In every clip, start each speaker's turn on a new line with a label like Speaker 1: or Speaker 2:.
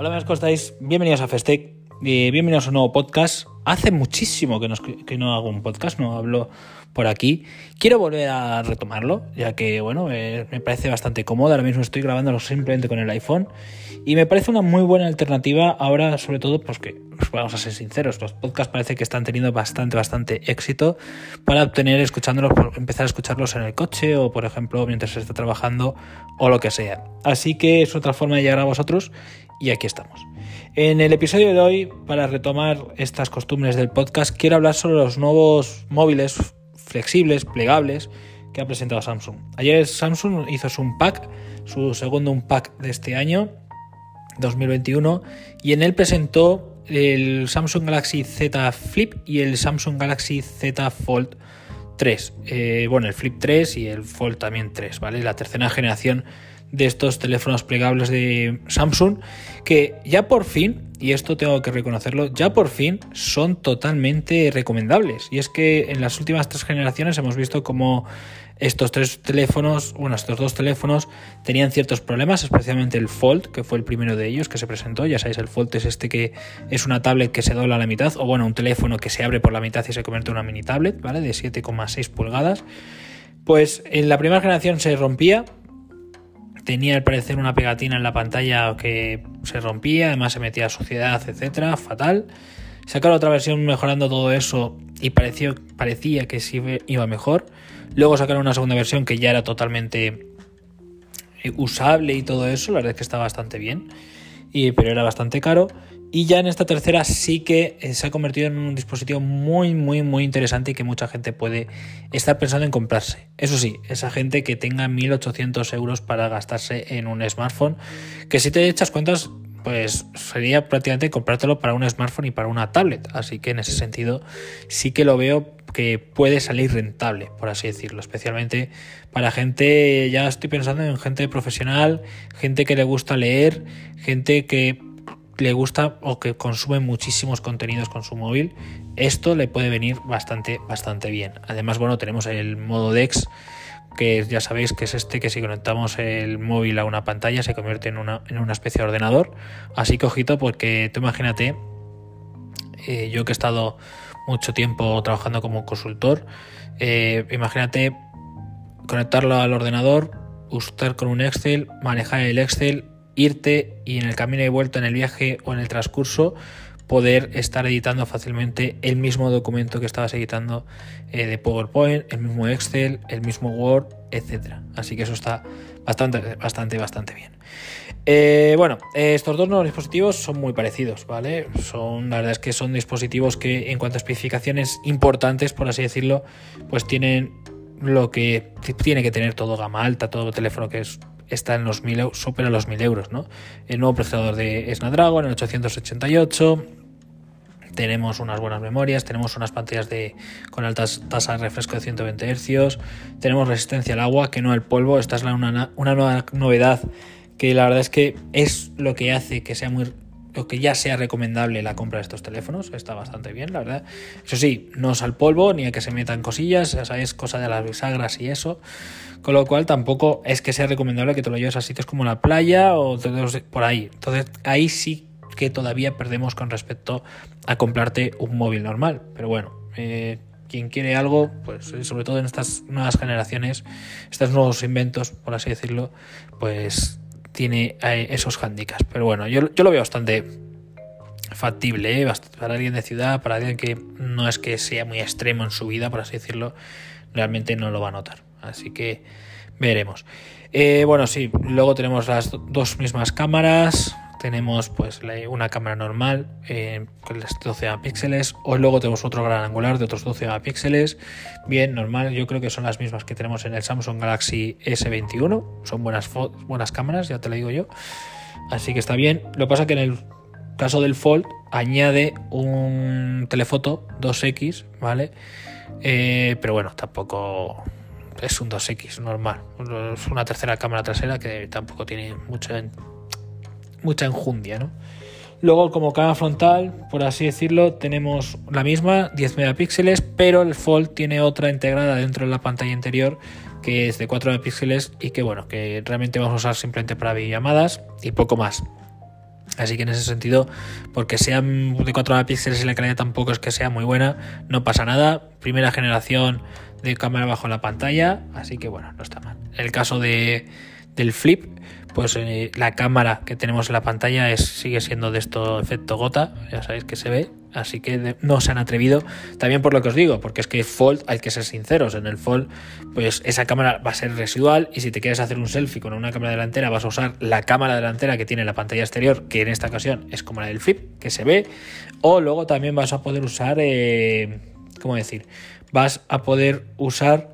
Speaker 1: Hola amigos, ¿cómo estáis? Bienvenidos a Festec, bienvenidos a un nuevo podcast. Hace muchísimo que no hago un podcast, no hablo por aquí. Quiero volver a retomarlo, ya que bueno, me parece bastante cómodo. Ahora mismo estoy grabándolo simplemente con el iPhone y me parece una muy buena alternativa ahora, sobre todo, pues que vamos a ser sinceros, los podcasts parece que están teniendo bastante éxito para empezar a escucharlos en el coche o, por ejemplo, mientras se está trabajando o lo que sea. Así que es otra forma de llegar a vosotros y aquí estamos. En el episodio de hoy, para retomar estas costumbres del podcast, quiero hablar sobre los nuevos móviles flexibles, plegables, que ha presentado Samsung. Ayer Samsung hizo su segundo unpack de este año, 2021, y en él presentó el Samsung Galaxy Z Flip y el Samsung Galaxy Z Fold 3. El Flip 3 y el Fold también 3, ¿vale? La tercera generación de estos teléfonos plegables de Samsung, que ya por fin, y esto tengo que reconocerlo, ya por fin son totalmente recomendables. Y es que en las últimas 3 generaciones hemos visto como estos dos teléfonos tenían ciertos problemas, especialmente el Fold, que fue el primero de ellos que se presentó. Ya sabéis, el Fold es que es una tablet que se dobla a la mitad, o bueno, un teléfono que se abre por la mitad y se convierte en una mini tablet, ¿vale? De 7,6 pulgadas. Pues en la primera generación se rompía. Tenía al parecer una pegatina en la pantalla que se rompía, además se metía suciedad, etcétera, fatal. Sacaron otra versión mejorando todo eso y parecía que sí iba mejor. Luego sacaron una segunda versión que ya era totalmente usable y todo eso, la verdad es que está bastante bien, pero era bastante caro. Y ya en esta tercera sí que se ha convertido en un dispositivo muy interesante y que mucha gente puede estar pensando en comprarse. Eso sí, esa gente que tenga 1.800 euros para gastarse en un smartphone, que si te echas cuentas, pues sería prácticamente comprártelo para un smartphone y para una tablet. Así que en ese sentido sí que lo veo que puede salir rentable, por así decirlo, especialmente para gente, ya estoy pensando en gente profesional, gente que le gusta leer, gente que le gusta o que consume muchísimos contenidos con su móvil. Esto le puede venir bastante bien. Además, bueno, tenemos el modo DeX, que ya sabéis que es que si conectamos el móvil a una pantalla se convierte en una especie de ordenador. Así que ojito, porque tú imagínate, yo que he estado mucho tiempo trabajando como consultor, imagínate conectarlo al ordenador, usar con un Excel, manejar el Excel, irte y en el camino de vuelta, en el viaje o en el transcurso, poder estar editando fácilmente el mismo documento que estabas editando de PowerPoint, el mismo Excel, el mismo Word, etcétera. Así que eso está bastante bien. Estos dos nuevos dispositivos son muy parecidos, ¿vale? La verdad es que son dispositivos que en cuanto a especificaciones importantes, por así decirlo, pues tienen lo que tiene que tener todo gama alta, todo teléfono que está en los 1.000 euros, supera los 1.000 euros, ¿no? El nuevo procesador de Snapdragon, el 888. Tenemos unas buenas memorias, tenemos unas pantallas con altas tasas de refresco de 120 Hz, tenemos resistencia al agua, que no al polvo. Esta es una nueva novedad que la verdad es que es lo que hace que ya sea recomendable la compra de estos teléfonos. Está bastante bien, la verdad. Eso sí, no es al polvo ni a que se metan cosillas, ya sabes, cosa de las bisagras y eso. Con lo cual tampoco es que sea recomendable que te lo lleves a sitios como la playa o por ahí. Entonces ahí sí que todavía perdemos con respecto a comprarte un móvil normal. Pero bueno, quien quiere algo, pues sobre todo en estas nuevas generaciones, estos nuevos inventos, por así decirlo, pues tiene esos hándicaps. Pero bueno, yo lo veo bastante factible, para alguien de ciudad, para alguien que no es que sea muy extremo en su vida, por así decirlo, realmente no lo va a notar. Así que veremos. Sí, luego tenemos las dos mismas cámaras. Tenemos pues una cámara normal con las 12 megapíxeles, o luego tenemos otro gran angular de otros 12 megapíxeles. Bien, normal, yo creo que son las mismas que tenemos en el Samsung Galaxy S21. Son buenas cámaras, ya te lo digo yo. Así que está bien. Lo que pasa es que en el caso del Fold añade un telefoto 2X, ¿vale? Pero bueno, tampoco es un 2X normal. Es una tercera cámara trasera que tampoco tiene mucha enjundia, ¿no? Luego, como cámara frontal, por así decirlo, tenemos la misma, 10 megapíxeles, pero el Fold tiene otra integrada dentro de la pantalla interior que es de 4 megapíxeles y que realmente vamos a usar simplemente para videollamadas y poco más. Así que en ese sentido, porque sean de 4 megapíxeles y la calidad tampoco es que sea muy buena, no pasa nada. Primera generación de cámara bajo la pantalla, así que bueno, no está mal. En el caso del Flip, pues la cámara que tenemos en la pantalla sigue siendo de esto efecto gota, ya sabéis que se ve, así que no se han atrevido, también por lo que os digo, porque es que Fold, hay que ser sinceros, en el Fold pues esa cámara va a ser residual, y si te quieres hacer un selfie con una cámara delantera vas a usar la cámara delantera que tiene la pantalla exterior, que en esta ocasión es como la del Flip, que se ve, o luego también vas a poder usar, ¿cómo decir? Vas a poder usar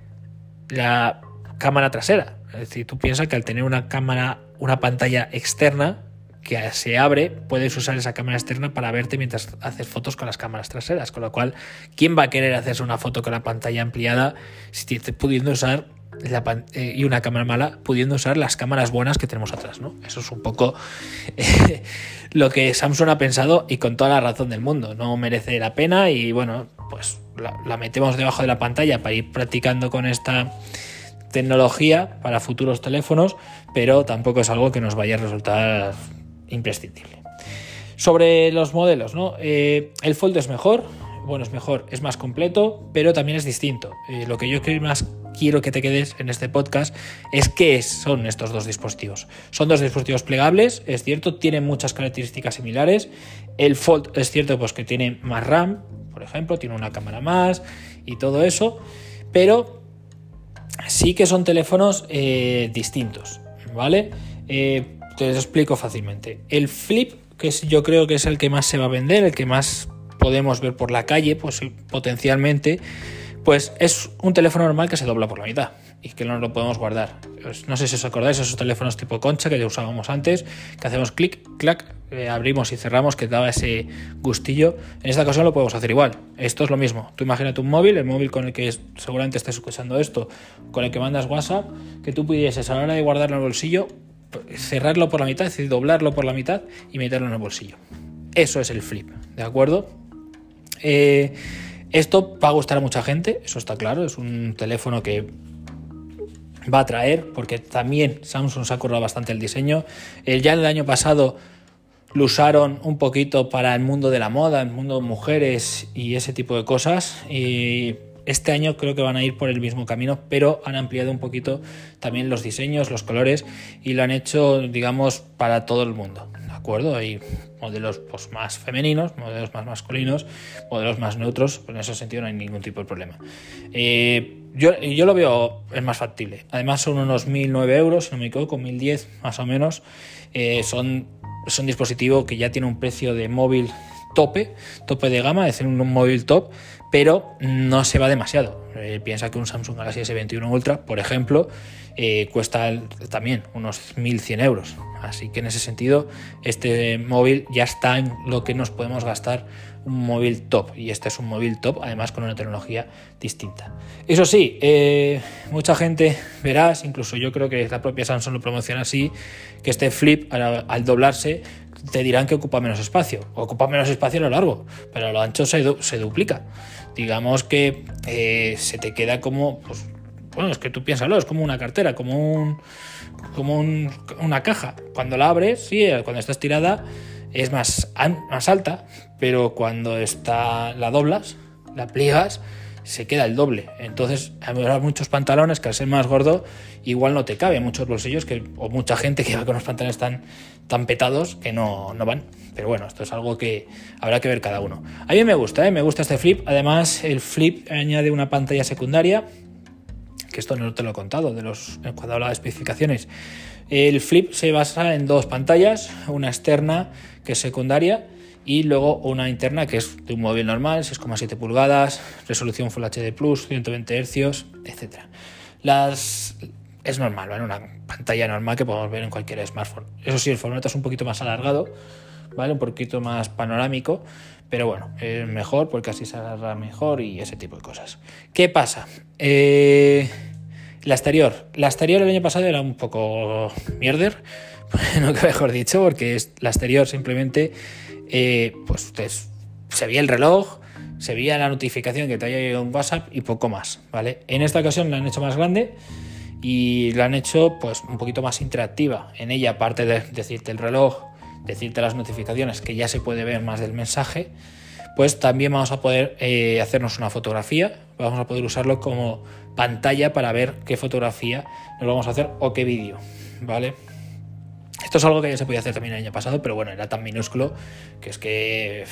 Speaker 1: la cámara trasera. Es decir, tú piensas que al tener una cámara, una pantalla externa que se abre, puedes usar esa cámara externa para verte mientras haces fotos con las cámaras traseras. Con lo cual, ¿quién va a querer hacerse una foto con la pantalla ampliada si pudiendo usar y una cámara mala, pudiendo usar las cámaras buenas que tenemos atrás, ¿no? Eso es un poco lo que Samsung ha pensado, y con toda la razón del mundo. No merece la pena, y bueno, pues la metemos debajo de la pantalla para ir practicando con esta tecnología para futuros teléfonos, pero tampoco es algo que nos vaya a resultar imprescindible. Sobre los modelos, ¿no? El Fold es mejor, es más completo, pero también es distinto. Lo que yo más quiero que te quedes en este podcast es qué son estos dos dispositivos. Son dos dispositivos plegables, es cierto, tienen muchas características similares. El Fold es cierto pues que tiene más RAM, por ejemplo, tiene una cámara más y todo eso, pero sí que son teléfonos distintos, ¿vale? Te lo explico fácilmente. El Flip, que yo creo que es el que más se va a vender, el que más podemos ver por la calle, pues potencialmente, pues es un teléfono normal que se dobla por la mitad y que no lo podemos guardar. Pues no sé si os acordáis, esos teléfonos tipo concha que ya usábamos antes, que hacemos clic, clac, abrimos y cerramos, que daba ese gustillo. En esta ocasión lo podemos hacer igual. Esto es lo mismo. Tú imagínate un móvil, el móvil con el que seguramente estés escuchando esto, con el que mandas WhatsApp, que tú pudieses a la hora de guardarlo en el bolsillo, cerrarlo por la mitad, es decir, doblarlo por la mitad y meterlo en el bolsillo. Eso es el Flip, ¿de acuerdo? Esto va a gustar a mucha gente, eso está claro. Es un teléfono que va a traer, porque también Samsung se ha currado bastante el diseño. Ya el año pasado lo usaron un poquito para el mundo de la moda, el mundo de mujeres y ese tipo de cosas, y este año creo que van a ir por el mismo camino, pero han ampliado un poquito también los diseños, los colores, y lo han hecho, digamos, para todo el mundo, ¿de acuerdo? Hay modelos pues más femeninos, modelos más masculinos, modelos más neutros, pues en ese sentido no hay ningún tipo de problema. Yo lo veo es más factible. Además son unos 1.009 euros, si no me equivoco, 1.010 más o menos. Son dispositivo que ya tiene un precio de móvil tope de gama, es decir, un móvil top, pero no se va demasiado. Piensa que un Samsung Galaxy S21 Ultra, por ejemplo, cuesta también unos 1.100 euros. Así que en ese sentido, este móvil ya está en lo que nos podemos gastar un móvil top. Y este es un móvil top, además con una tecnología distinta. Eso sí, mucha gente verás, incluso yo creo que la propia Samsung lo promociona así, que este Flip al doblarse te dirán que ocupa menos espacio. Ocupa menos espacio a lo largo, pero a lo ancho se duplica. Digamos que se te queda como, pues, bueno, es que tú piénsalo, es como una cartera, como una caja. Cuando la abres, sí, cuando está estirada es más alta, pero cuando la doblas, la pliegas, se queda el doble. Entonces habrá muchos pantalones que al ser más gordo igual no te cabe, muchos bolsillos o mucha gente que va con los pantalones tan petados que no van. Pero bueno, esto es algo que habrá que ver cada uno. A mí me gusta este Flip. Además, el Flip añade una pantalla secundaria, que esto no te lo he contado cuando hablaba de especificaciones. El Flip se basa en dos pantallas, una externa que es secundaria y luego una interna que es de un móvil normal, 6,7 pulgadas, resolución Full HD+, 120 Hz, etc. Es normal, ¿vale? Una pantalla normal que podemos ver en cualquier smartphone. Eso sí, el formato es un poquito más alargado, ¿vale? Un poquito más panorámico, pero bueno, es mejor porque así se agarra mejor y ese tipo de cosas. ¿Qué pasa? La exterior el año pasado era un poco mierder, no que mejor dicho, porque la exterior simplemente pues se veía el reloj, se veía la notificación que te haya llegado un WhatsApp y poco más, ¿vale? En esta ocasión la han hecho más grande y la han hecho pues un poquito más interactiva. En ella, aparte de decirte el reloj, decirte las notificaciones, que ya se puede ver más del mensaje, pues también vamos a poder hacernos una fotografía, vamos a poder usarlo como pantalla para ver qué fotografía nos vamos a hacer o qué vídeo, ¿vale? Esto es algo que ya se podía hacer también el año pasado, pero bueno, era tan minúsculo que es que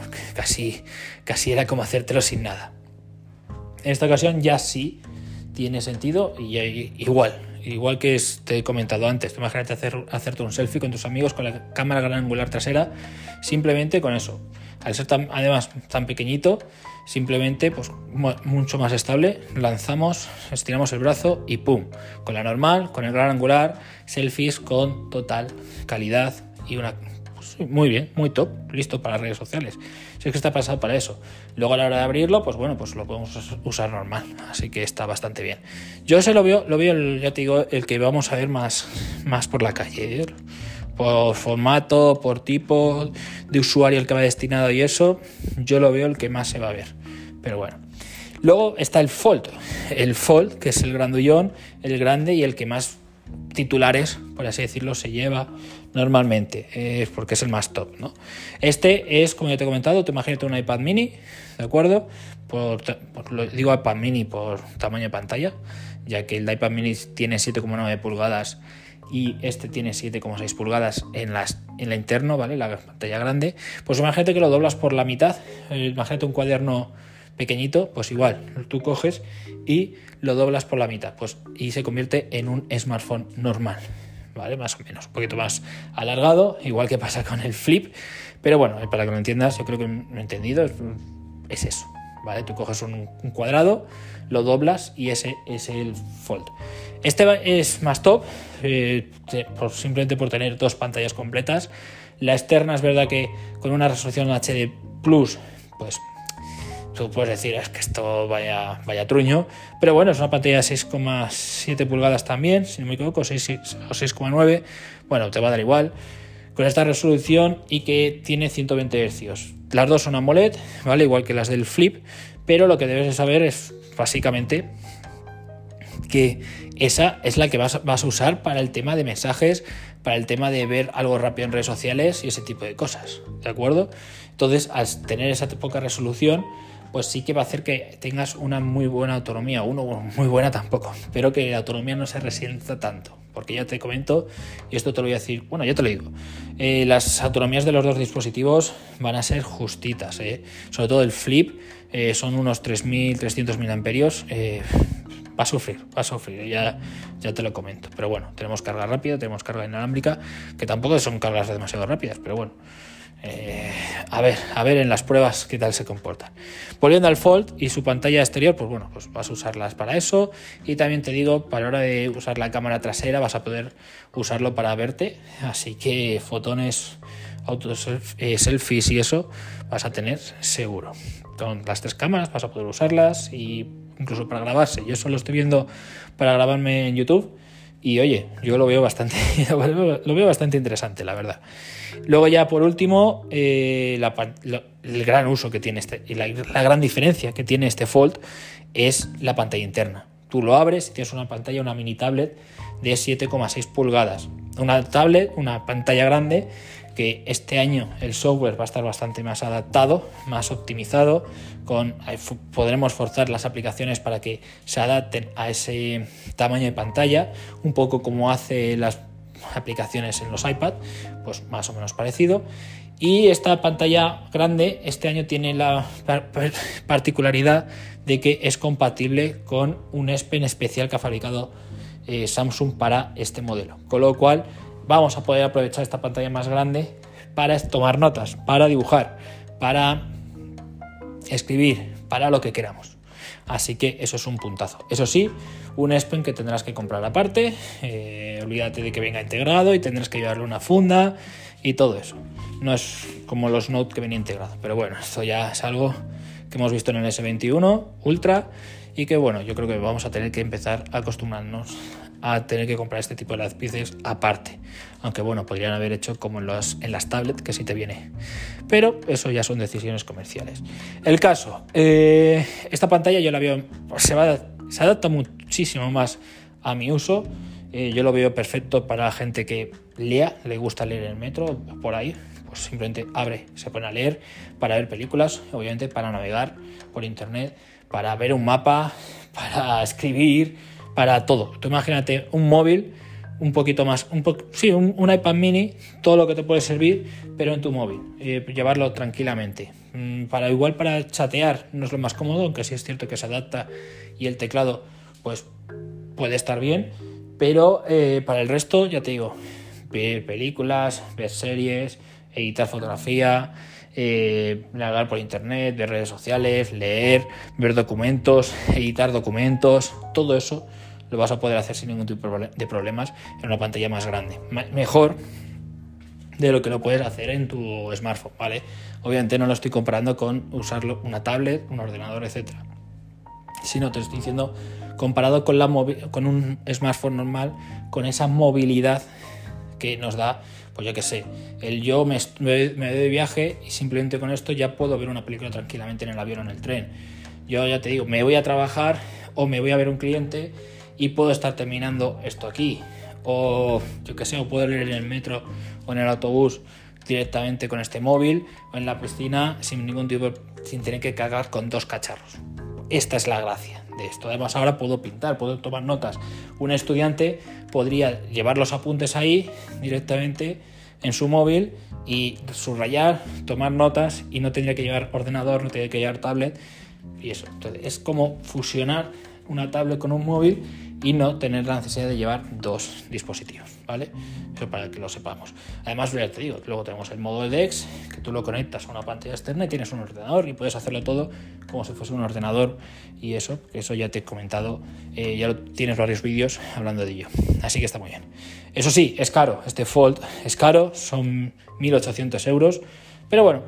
Speaker 1: casi era como hacértelo sin nada. En esta ocasión ya sí tiene sentido y igual que te he comentado antes. Imagínate hacerte un selfie con tus amigos con la cámara gran angular trasera, simplemente con eso. Al ser además tan pequeñito, simplemente pues mucho más estable, lanzamos, estiramos el brazo y ¡pum! Con la normal, con el gran angular, selfies con total calidad y muy bien, muy top, listo para las redes sociales. Si es que está pensado para eso. Luego a la hora de abrirlo, pues bueno, pues lo podemos usar normal, así que está bastante bien. Yo lo veo ya te digo, el que vamos a ver más por la calle, ¿eh? Por formato, por tipo de usuario el que va destinado y eso, yo lo veo el que más se va a ver. Pero bueno. Luego está el Fold, que es el grandullón, el grande y el que más titulares, por así decirlo, se lleva normalmente, porque es el más top, ¿no? Este es, como ya te he comentado, te imagínate un iPad mini, ¿de acuerdo? Lo digo iPad mini por tamaño de pantalla, ya que el iPad mini tiene 7,9 pulgadas y este tiene 7,6 pulgadas en la interno, ¿vale? La pantalla grande. Pues imagínate que lo doblas por la mitad, imagínate un cuaderno pequeñito, pues igual, tú coges y lo doblas por la mitad, pues y se convierte en un smartphone normal, ¿vale? Más o menos, un poquito más alargado, igual que pasa con el Flip, pero bueno, para que lo entiendas, yo creo que lo he entendido, es eso, ¿vale? Tú coges un cuadrado, lo doblas y ese es el Fold. Este es más top, simplemente por tener dos pantallas completas. La externa es verdad que con una resolución HD+, pues tú puedes decir, es que esto vaya truño, pero bueno, es una pantalla de 6,7 pulgadas también, si no me equivoco, 6 o 6,9, bueno, te va a dar igual, con esta resolución y que tiene 120 Hz. Las dos son AMOLED, ¿vale? Igual que las del Flip, pero lo que debes de saber es básicamente que esa es la que vas a usar para el tema de mensajes, para el tema de ver algo rápido en redes sociales y ese tipo de cosas, ¿de acuerdo? Entonces, al tener esa poca resolución, pues sí que va a hacer que tengas una muy buena autonomía, muy buena tampoco, pero que la autonomía no se resienta tanto, porque ya te comento, y esto te lo voy a decir, bueno, ya te lo digo, las autonomías de los dos dispositivos van a ser justitas, sobre todo el Flip, son unos 3.300 mAh, va a sufrir, ya te lo comento, pero bueno, tenemos carga rápida, tenemos carga inalámbrica, que tampoco son cargas demasiado rápidas, pero bueno, a ver en las pruebas qué tal se comportan. Volviendo al Fold y su pantalla exterior, pues bueno, pues vas a usarlas para eso, y también te digo, para la hora de usar la cámara trasera vas a poder usarlo para verte, así que fotones, selfies y eso vas a tener seguro. Con las tres cámaras vas a poder usarlas y incluso para grabarse. Yo solo estoy viendo para grabarme en YouTube y oye, yo lo veo bastante interesante, la verdad. Luego ya por último, el gran uso que tiene y la gran diferencia que tiene este Fold es la pantalla interna. Tú lo abres y tienes una mini tablet de 7,6 pulgadas. Una pantalla grande que este año el software va a estar bastante más adaptado, más optimizado, podremos forzar las aplicaciones para que se adapten a ese tamaño de pantalla, un poco como hace las aplicaciones en los iPad, pues más o menos parecido. Y esta pantalla grande este año tiene la particularidad de que es compatible con un S Pen especial que ha fabricado Samsung para este modelo, con lo cual vamos a poder aprovechar esta pantalla más grande para tomar notas, para dibujar, para escribir, para lo que queramos. Así que eso es un puntazo. Eso sí, un S Pen que tendrás que comprar aparte, olvídate de que venga integrado y tendrás que llevarle una funda y todo eso. No es como los Note que venía integrado, pero bueno, esto ya es algo que hemos visto en el S21 Ultra y que bueno, yo creo que vamos a tener que empezar a acostumbrarnos a tener que comprar este tipo de lápices aparte, aunque bueno, podrían haber hecho como en las tablets, que sí te viene, pero eso ya son decisiones comerciales. El caso, esta pantalla yo la veo, se adapta muchísimo más a mi uso, Yo lo veo perfecto para la gente que lea, le gusta leer en el metro, por ahí, pues simplemente abre, se pone a leer, para ver películas, obviamente para navegar por internet, para ver un mapa, para escribir, para todo. Tú imagínate un móvil, un poquito más, un iPad mini, todo lo que te puede servir, pero en tu móvil, llevarlo tranquilamente. Para chatear no es lo más cómodo, aunque sí es cierto que se adapta y el teclado pues puede estar bien, pero para el resto, ya te digo, ver películas, ver series, editar fotografía, navegar por internet, ver redes sociales, leer, ver documentos, editar documentos, todo eso lo vas a poder hacer sin ningún tipo de problemas en una pantalla más grande. Mejor de lo que lo puedes hacer en tu smartphone, ¿vale? Obviamente no lo estoy comparando con usarlo una tablet, un ordenador, etcétera, sino te estoy diciendo comparado con un smartphone normal, con esa movilidad que nos da, pues yo qué sé, yo me voy de viaje y simplemente con esto ya puedo ver una película tranquilamente en el avión o en el tren. Yo ya te digo, me voy a trabajar o me voy a ver un cliente y puedo estar terminando esto aquí, o yo qué sé, o puedo leer en el metro o en el autobús directamente con este móvil, o en la piscina sin tener que cargar con 2 cacharros. Esta es la gracia de esto. Además, ahora puedo pintar, puedo tomar notas. Un estudiante podría llevar los apuntes ahí directamente en su móvil y subrayar, tomar notas, y no tendría que llevar ordenador, no tendría que llevar tablet y eso. Entonces, es como fusionar una tablet con un móvil y no tener la necesidad de llevar 2 dispositivos, ¿vale? Eso para que lo sepamos. Además, ya te digo, luego tenemos el modo DeX, que tú lo conectas a una pantalla externa y tienes un ordenador y puedes hacerlo todo como si fuese un ordenador, y eso ya te he comentado, ya tienes varios vídeos hablando de ello, así que está muy bien. Eso sí, es caro, este Fold es caro, son 1.800 euros, pero bueno,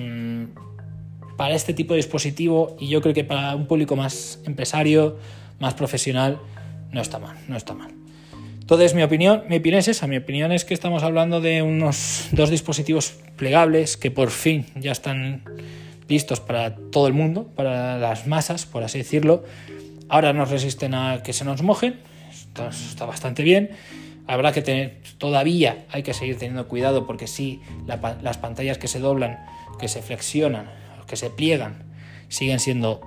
Speaker 1: para este tipo de dispositivo, y yo creo que para un público más empresario, más profesional, no está mal. Entonces mi opinión es esa. Mi opinión es que estamos hablando de unos 2 dispositivos plegables que por fin ya están listos para todo el mundo, para las masas, por así decirlo. Ahora nos resisten a que se nos mojen, esto está bastante bien. Habrá que todavía hay que seguir teniendo cuidado, porque sí, las pantallas que se doblan, que se flexionan, que se pliegan, siguen siendo,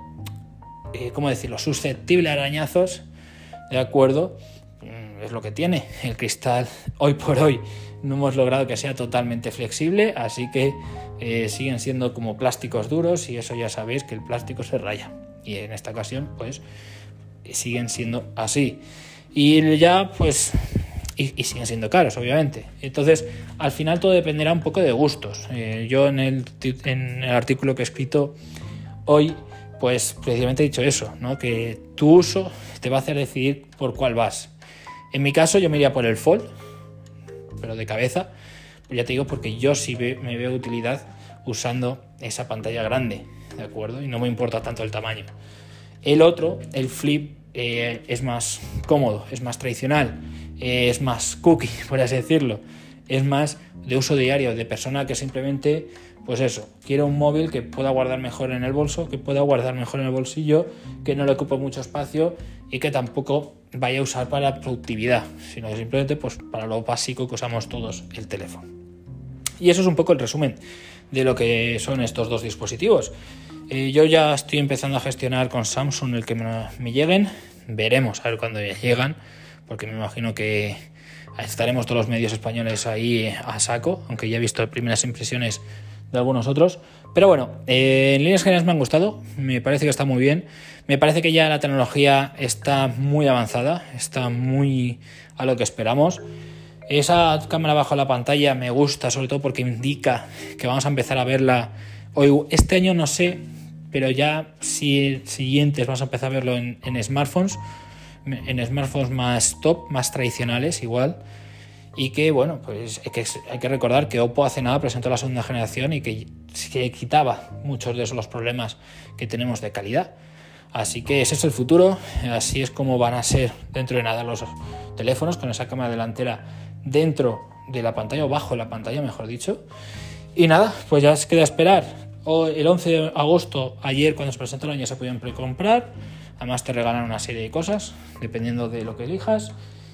Speaker 1: susceptibles a arañazos, ¿de acuerdo? Es lo que tiene el cristal. Hoy por hoy no hemos logrado que sea totalmente flexible, así que siguen siendo como plásticos duros, y eso ya sabéis que el plástico se raya, y en esta ocasión pues siguen siendo así, y ya pues y siguen siendo caros, obviamente. Entonces al final todo dependerá un poco de gustos. Yo en el artículo que he escrito hoy, pues precisamente he dicho eso, ¿no? Que tu uso te va a hacer decidir por cuál vas. En mi caso yo me iría por el Fold, pero de cabeza, pues ya te digo, porque yo sí me veo utilidad usando esa pantalla grande, ¿de acuerdo? Y no me importa tanto el tamaño. El otro, el Flip, es más cómodo, es más tradicional, es más cookie, por así decirlo. Es más de uso diario, de persona que simplemente, pues eso, quiere un móvil que pueda guardar mejor en el bolso, que pueda guardar mejor en el bolsillo, que no le ocupe mucho espacio y que tampoco vaya a usar para productividad, sino que simplemente pues para lo básico que usamos todos, el teléfono. Y eso es un poco el resumen de lo que son estos 2 dispositivos. Yo ya estoy empezando a gestionar con Samsung el que me lleguen. Veremos a ver cuándo llegan, porque me imagino que estaremos todos los medios españoles ahí a saco, aunque ya he visto primeras impresiones de algunos otros. Pero bueno, en líneas generales me han gustado, me parece que está muy bien. Me parece que ya la tecnología está muy avanzada, está muy a lo que esperamos. Esa cámara bajo la pantalla me gusta, sobre todo porque indica que vamos a empezar a verla hoy. Este año no sé, pero ya siguientes vamos a empezar a verlo en smartphones, más top, más tradicionales igual. Y que bueno, pues hay que recordar que Oppo hace nada presentó la segunda generación y que quitaba muchos de los problemas que tenemos de calidad. Así que ese es el futuro, así es como van a ser dentro de nada los teléfonos, con esa cámara delantera dentro de la pantalla, o bajo la pantalla mejor dicho. Y nada, pues ya queda esperar. El 11 de agosto, ayer cuando se presentó el año, se podían precomprar. Además te regalan una serie de cosas dependiendo de lo que elijas.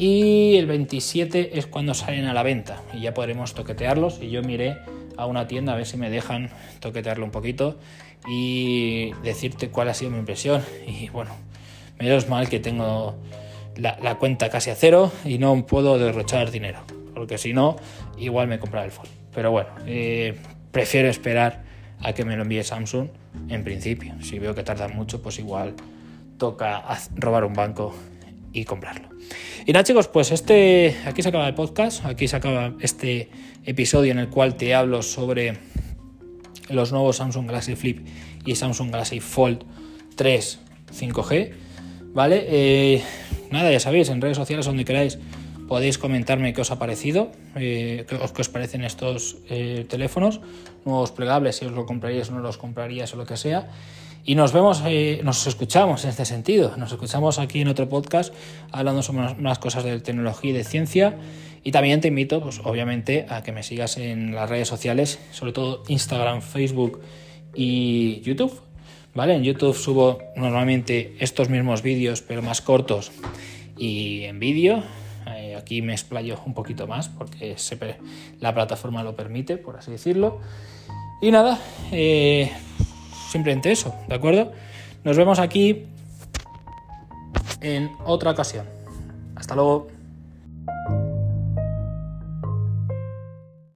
Speaker 1: y el 27 es cuando salen a la venta y ya podremos toquetearlos, y yo miré a una tienda a ver si me dejan toquetearlo un poquito y decirte cuál ha sido mi impresión. Y bueno, menos mal que tengo la cuenta casi a cero y no puedo derrochar dinero, porque si no igual me compraba el Fold. Pero bueno, prefiero esperar a que me lo envíe Samsung en principio. Si veo que tarda mucho, pues igual toca robar un banco y comprarlo. Y nada, chicos, pues aquí se acaba el podcast, aquí se acaba este episodio en el cual te hablo sobre los nuevos Samsung Galaxy Flip y Samsung Galaxy Fold 3 5G, ¿vale? Nada, ya sabéis, en redes sociales donde queráis podéis comentarme qué os ha parecido, qué os parecen estos teléfonos nuevos plegables, si os lo compraríais o no los compraríais o lo que sea. Y nos vemos, nos escuchamos en este sentido. Nos escuchamos aquí en otro podcast hablando sobre unas cosas de tecnología y de ciencia. Y también te invito, pues obviamente, a que me sigas en las redes sociales, sobre todo Instagram, Facebook y YouTube. ¿Vale? En YouTube subo normalmente estos mismos vídeos, pero más cortos y en vídeo. Aquí me explayo un poquito más porque la plataforma lo permite, por así decirlo. Y nada, simplemente eso, ¿de acuerdo? Nos vemos aquí en otra ocasión. Hasta luego.